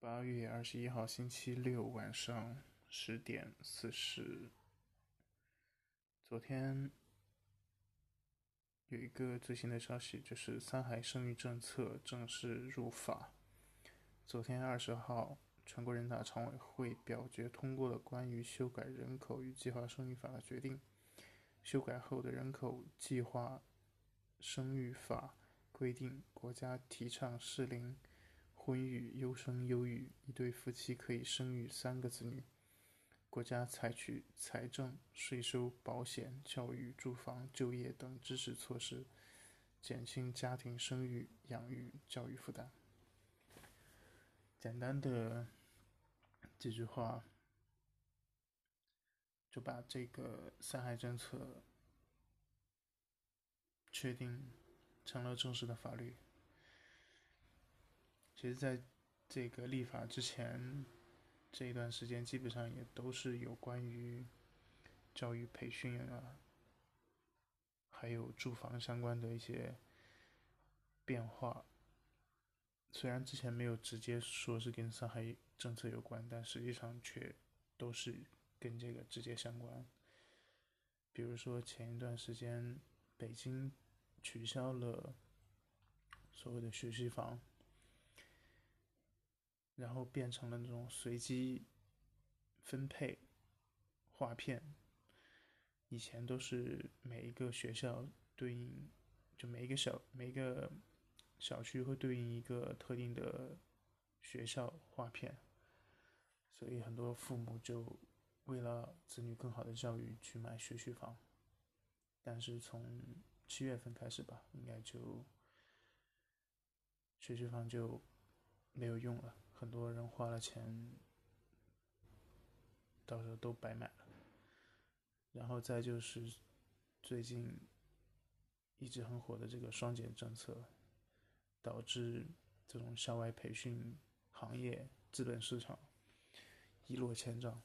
8月21号星期六晚上10点40。昨天有一个最新的消息，就是三孩生育政策正式入法。昨天20号，全国人大常委会表决通过了关于修改人口与计划生育法的决定。修改后的人口计划生育法规定，国家提倡适龄婚育优生优育，一对夫妻可以生育3个子女。国家采取财政、税收、保险、教育、住房、就业等支持措施，减轻家庭生育、养育、教育负担。简单的几句话就把这个三孩政策确定成了正式的法律。其实在这个立法之前这一段时间，基本上也都是有关于教育培训啊，还有住房相关的一些变化。虽然之前没有直接说是跟三孩政策有关，但实际上却都是跟这个直接相关。比如说前一段时间北京取消了所谓的学区房，然后变成了那种随机分配划片。以前都是每一个学校对应，就每一个小区会对应一个特定的学校划片，所以很多父母就为了子女更好的教育去买学区房。但是从7月份开始吧，应该就学区房就没有用了，很多人花了钱，到时候都白买了。然后再就是最近一直很火的这个双减政策，导致这种校外培训行业资本市场一落千丈。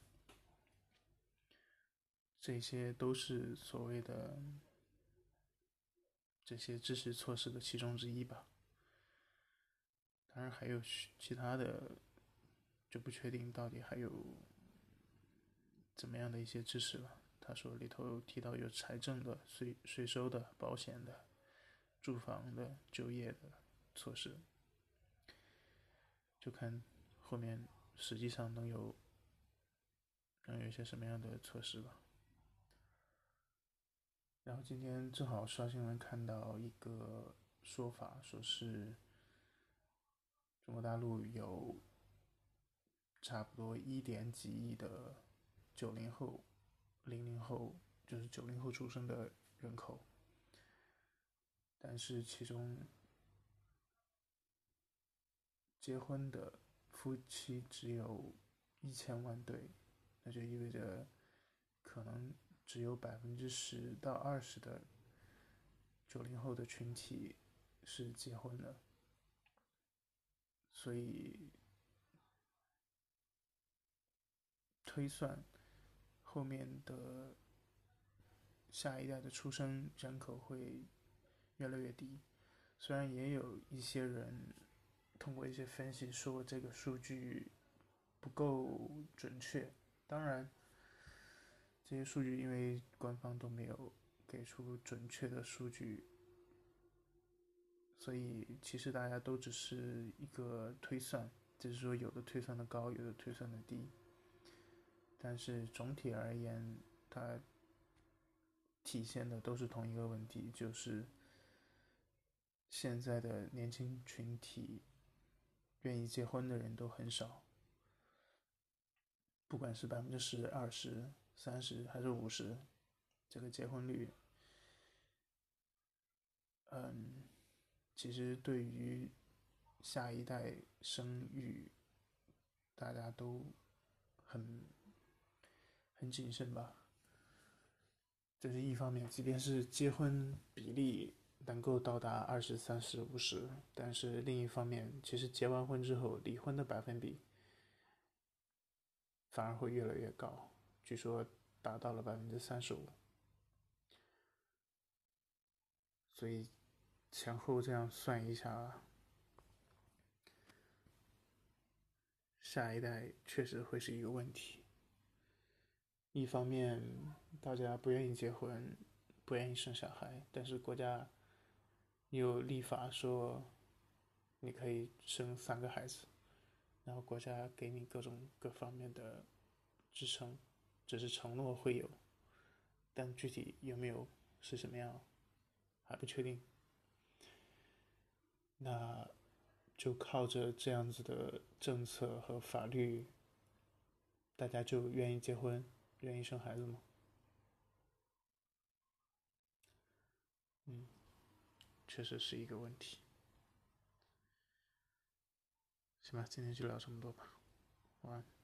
这些都是所谓的这些支持措施的其中之一吧。当然还有其他的，就不确定到底还有怎么样的一些支持了。他说里头提到有财政的、税收的、保险的、住房的、就业的措施，就看后面实际上能有一些什么样的措施吧。然后今天正好刷新闻看到一个说法，说是中国大陆有差不多1点几亿的90后、00后，就是90后出生的人口，但是其中结婚的夫妻只有1000万对，那就意味着可能只有10%到20%的90后的群体是结婚的，所以推算后面的下一代的出生人口会越来越低。虽然也有一些人通过一些分析说这个数据不够准确，当然这些数据因为官方都没有给出准确的数据，所以其实大家都只是一个推算，只是说有的推算的高，有的推算的低。但是总体而言，它体现的都是同一个问题，就是现在的年轻群体愿意结婚的人都很少，不管是10%、20%、30%还是50%，这个结婚率，其实对于下一代生育，大家都很谨慎吧。这是一方面，即便是结婚比例能够到达20、30、50，但是另一方面，其实结完婚之后，离婚的百分比反而会越来越高，据说达到了35%。所以前后这样算一下， 下一代确实会是一个问题。一方面，大家不愿意结婚，不愿意生小孩，但是国家又立法说你可以生3个孩子，然后国家给你各种各方面的支撑，只是承诺会有，但具体有没有是什么样还不确定。那就靠着这样子的政策和法律，大家就愿意结婚，愿意生孩子吗？嗯，确实是一个问题。行吧，今天就聊这么多吧，晚安。